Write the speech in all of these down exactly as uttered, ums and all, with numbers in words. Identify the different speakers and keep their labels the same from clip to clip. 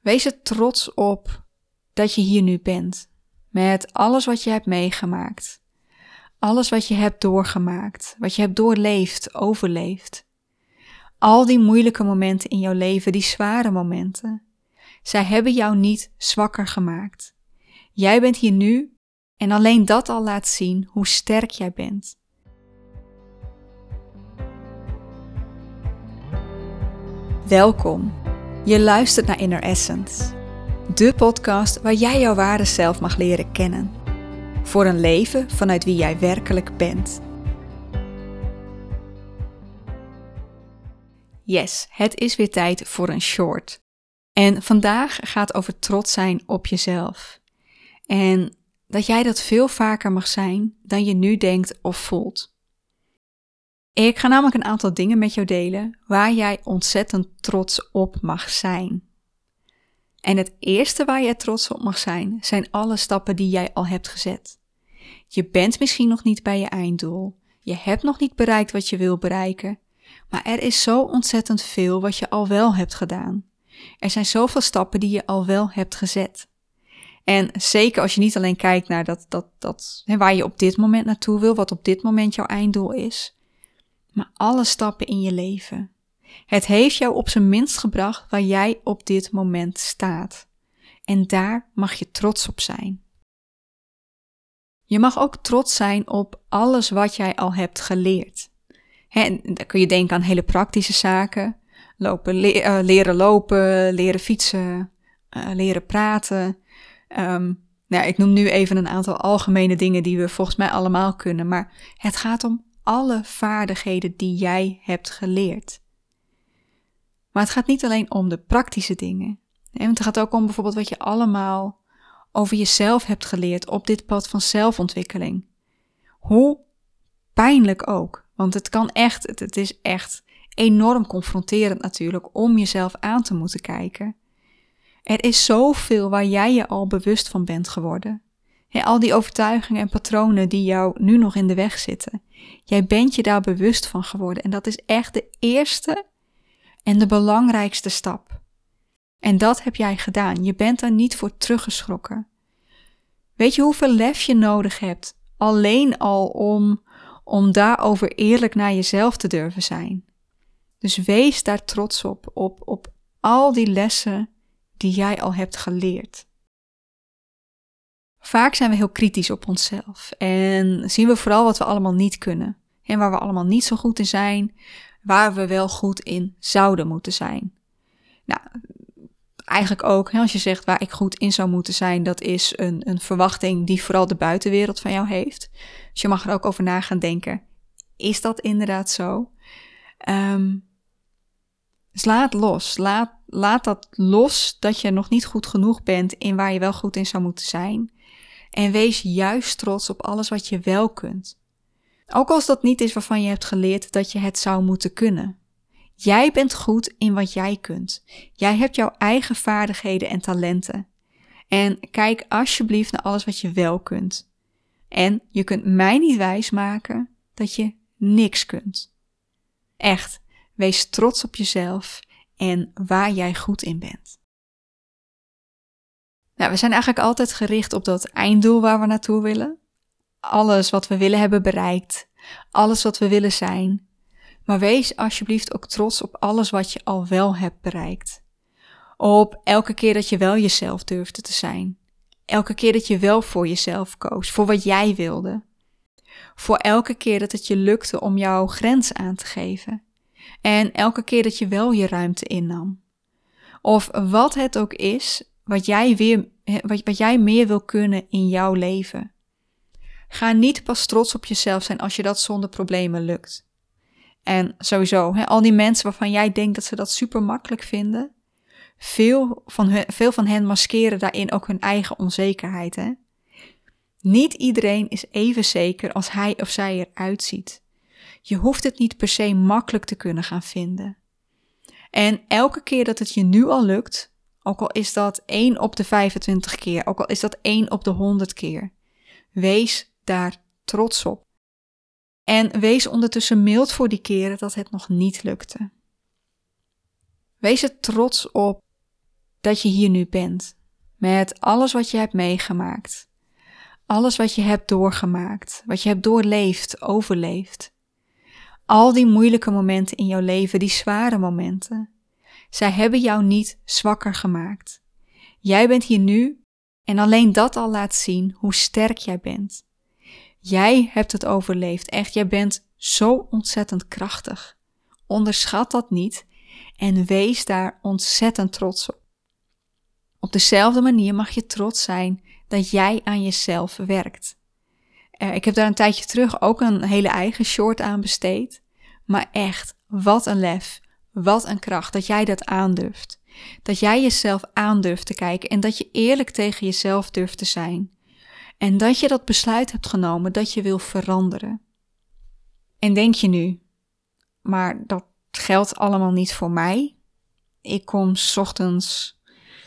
Speaker 1: Wees er trots op dat je hier nu bent. Met alles wat je hebt meegemaakt. Alles wat je hebt doorgemaakt. Wat je hebt doorleefd, overleefd. Al die moeilijke momenten in jouw leven, die zware momenten. Zij hebben jou niet zwakker gemaakt. Jij bent hier nu en alleen dat al laat zien hoe sterk jij bent. Welkom. Je luistert naar Inner Essence. De podcast waar jij jouw ware zelf mag leren kennen. Voor een leven vanuit wie jij werkelijk bent. Yes, het is weer tijd voor een short. En vandaag gaat over trots zijn op jezelf. En dat jij dat veel vaker mag zijn dan je nu denkt of voelt. Ik ga namelijk een aantal dingen met jou delen waar jij ontzettend trots op mag zijn. En het eerste waar je trots op mag zijn, zijn alle stappen die jij al hebt gezet. Je bent misschien nog niet bij je einddoel. Je hebt nog niet bereikt wat je wil bereiken. Maar er is zo ontzettend veel wat je al wel hebt gedaan. Er zijn zoveel stappen die je al wel hebt gezet. En zeker als je niet alleen kijkt naar dat, dat, dat, hè, waar je op dit moment naartoe wil, wat op dit moment jouw einddoel is. Maar alle stappen in je leven. Het heeft jou op zijn minst gebracht waar jij op dit moment staat. En daar mag je trots op zijn. Je mag ook trots zijn op alles wat jij al hebt geleerd. He, en dan kun je denken aan hele praktische zaken. Lopen, le- uh, leren lopen, leren fietsen, uh, leren praten. Um, nou, ik noem nu even een aantal algemene dingen die we volgens mij allemaal kunnen. Maar het gaat om alle vaardigheden die jij hebt geleerd. Maar het gaat niet alleen om de praktische dingen. Nee, want het gaat ook om bijvoorbeeld wat je allemaal over jezelf hebt geleerd op dit pad van zelfontwikkeling. Hoe pijnlijk ook. Want het kan echt, het, het is echt enorm confronterend natuurlijk om jezelf aan te moeten kijken. Er is zoveel waar jij je al bewust van bent geworden. Ja, al die overtuigingen en patronen die jou nu nog in de weg zitten. Jij bent je daar bewust van geworden en dat is echt de eerste en de belangrijkste stap. En dat heb jij gedaan. Je bent er niet voor teruggeschrokken. Weet je hoeveel lef je nodig hebt? Alleen al om, om daarover eerlijk naar jezelf te durven zijn. Dus wees daar trots op, op, op al die lessen die jij al hebt geleerd. Vaak zijn we heel kritisch op onszelf en zien we vooral wat we allemaal niet kunnen. En waar we allemaal niet zo goed in zijn, waar we wel goed in zouden moeten zijn. Nou, eigenlijk ook, als je zegt waar ik goed in zou moeten zijn, dat is een, een verwachting die vooral de buitenwereld van jou heeft. Dus je mag er ook over na gaan denken, is dat inderdaad zo? Um, dus laat los, laat, laat dat los dat je nog niet goed genoeg bent in waar je wel goed in zou moeten zijn. En wees juist trots op alles wat je wel kunt. Ook als dat niet is waarvan je hebt geleerd dat je het zou moeten kunnen. Jij bent goed in wat jij kunt. Jij hebt jouw eigen vaardigheden en talenten. En kijk alsjeblieft naar alles wat je wel kunt. En je kunt mij niet wijsmaken dat je niks kunt. Echt, wees trots op jezelf en waar jij goed in bent. Nou, we zijn eigenlijk altijd gericht op dat einddoel waar we naartoe willen. Alles wat we willen hebben bereikt. Alles wat we willen zijn. Maar wees alsjeblieft ook trots op alles wat je al wel hebt bereikt. Op elke keer dat je wel jezelf durfde te zijn. Elke keer dat je wel voor jezelf koos, voor wat jij wilde. Voor elke keer dat het je lukte om jouw grens aan te geven. En elke keer dat je wel je ruimte innam. Of wat het ook is, wat jij, weer, wat, wat jij meer wil kunnen in jouw leven. Ga niet pas trots op jezelf zijn als je dat zonder problemen lukt. En sowieso, hè, al die mensen waarvan jij denkt dat ze dat super makkelijk vinden, veel van, hun, veel van hen maskeren daarin ook hun eigen onzekerheid. Hè? Niet iedereen is even zeker als hij of zij eruit ziet. Je hoeft het niet per se makkelijk te kunnen gaan vinden. En elke keer dat het je nu al lukt, ook al is dat één op de vijfentwintig keer, ook al is dat één op de honderd keer, wees daar trots op. En wees ondertussen mild voor die keren dat het nog niet lukte. Wees er trots op dat je hier nu bent. Met alles wat je hebt meegemaakt. Alles wat je hebt doorgemaakt. Wat je hebt doorleefd, overleefd. Al die moeilijke momenten in jouw leven, die zware momenten. Zij hebben jou niet zwakker gemaakt. Jij bent hier nu en alleen dat al laat zien hoe sterk jij bent. Jij hebt het overleefd. Echt, jij bent zo ontzettend krachtig. Onderschat dat niet en wees daar ontzettend trots op. Op dezelfde manier mag je trots zijn dat jij aan jezelf werkt. Uh, ik heb daar een tijdje terug ook een hele eigen short aan besteed. Maar echt, wat een lef, wat een kracht dat jij dat aandurft. Dat jij jezelf aandurft te kijken en dat je eerlijk tegen jezelf durft te zijn. En dat je dat besluit hebt genomen dat je wil veranderen. En denk je nu, maar dat geldt allemaal niet voor mij. Ik kom 's ochtends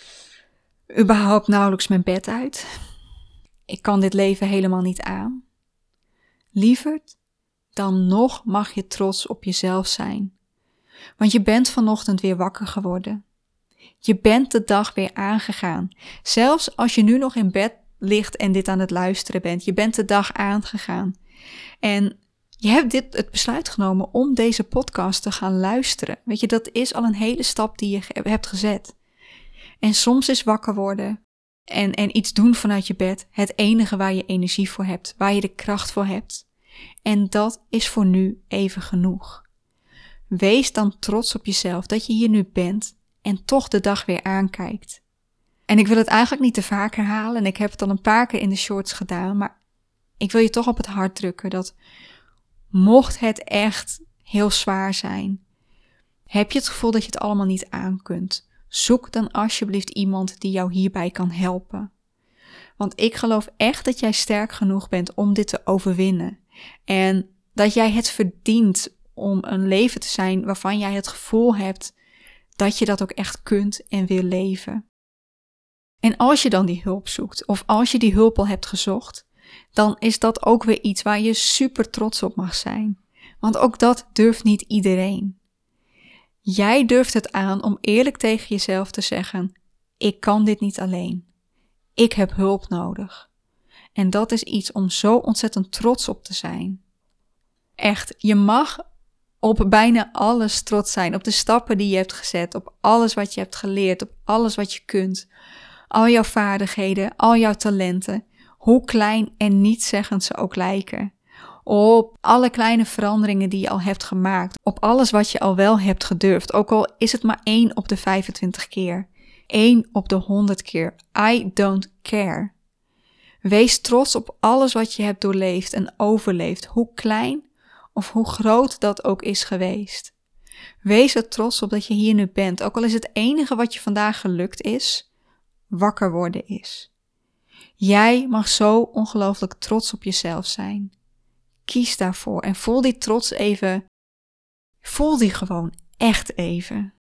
Speaker 1: überhaupt nauwelijks mijn bed uit. Ik kan dit leven helemaal niet aan. Lieverd, dan nog mag je trots op jezelf zijn. Want je bent vanochtend weer wakker geworden. Je bent de dag weer aangegaan. Zelfs als je nu nog in bed ligt en dit aan het luisteren bent. Je bent de dag aangegaan. En je hebt dit, het besluit genomen om deze podcast te gaan luisteren. Weet je, dat is al een hele stap die je hebt gezet. En soms is wakker worden en, en iets doen vanuit je bed het enige waar je energie voor hebt, waar je de kracht voor hebt. En dat is voor nu even genoeg. Wees dan trots op jezelf dat je hier nu bent en toch de dag weer aankijkt. En ik wil het eigenlijk niet te vaak herhalen en ik heb het al een paar keer in de shorts gedaan, maar ik wil je toch op het hart drukken dat mocht het echt heel zwaar zijn, heb je het gevoel dat je het allemaal niet aan kunt, zoek dan alsjeblieft iemand die jou hierbij kan helpen. Want ik geloof echt dat jij sterk genoeg bent om dit te overwinnen. En dat jij het verdient om een leven te zijn waarvan jij het gevoel hebt dat je dat ook echt kunt en wil leven. En als je dan die hulp zoekt, of als je die hulp al hebt gezocht, dan is dat ook weer iets waar je super trots op mag zijn. Want ook dat durft niet iedereen. Jij durft het aan om eerlijk tegen jezelf te zeggen, ik kan dit niet alleen. Ik heb hulp nodig. En dat is iets om zo ontzettend trots op te zijn. Echt, je mag op bijna alles trots zijn. Op de stappen die je hebt gezet, op alles wat je hebt geleerd, op alles wat je kunt. Al jouw vaardigheden, al jouw talenten, hoe klein en nietszeggend ze ook lijken. Op alle kleine veranderingen die je al hebt gemaakt. Op alles wat je al wel hebt gedurfd. Ook al is het maar één op de vijfentwintig keer. één op de honderd keer. I don't care. Wees trots op alles wat je hebt doorleefd en overleefd. Hoe klein of hoe groot dat ook is geweest. Wees er trots op dat je hier nu bent. Ook al is het enige wat je vandaag gelukt is, wakker worden is. Jij mag zo ongelooflijk trots op jezelf zijn. Kies daarvoor en voel die trots even, voel die gewoon echt even.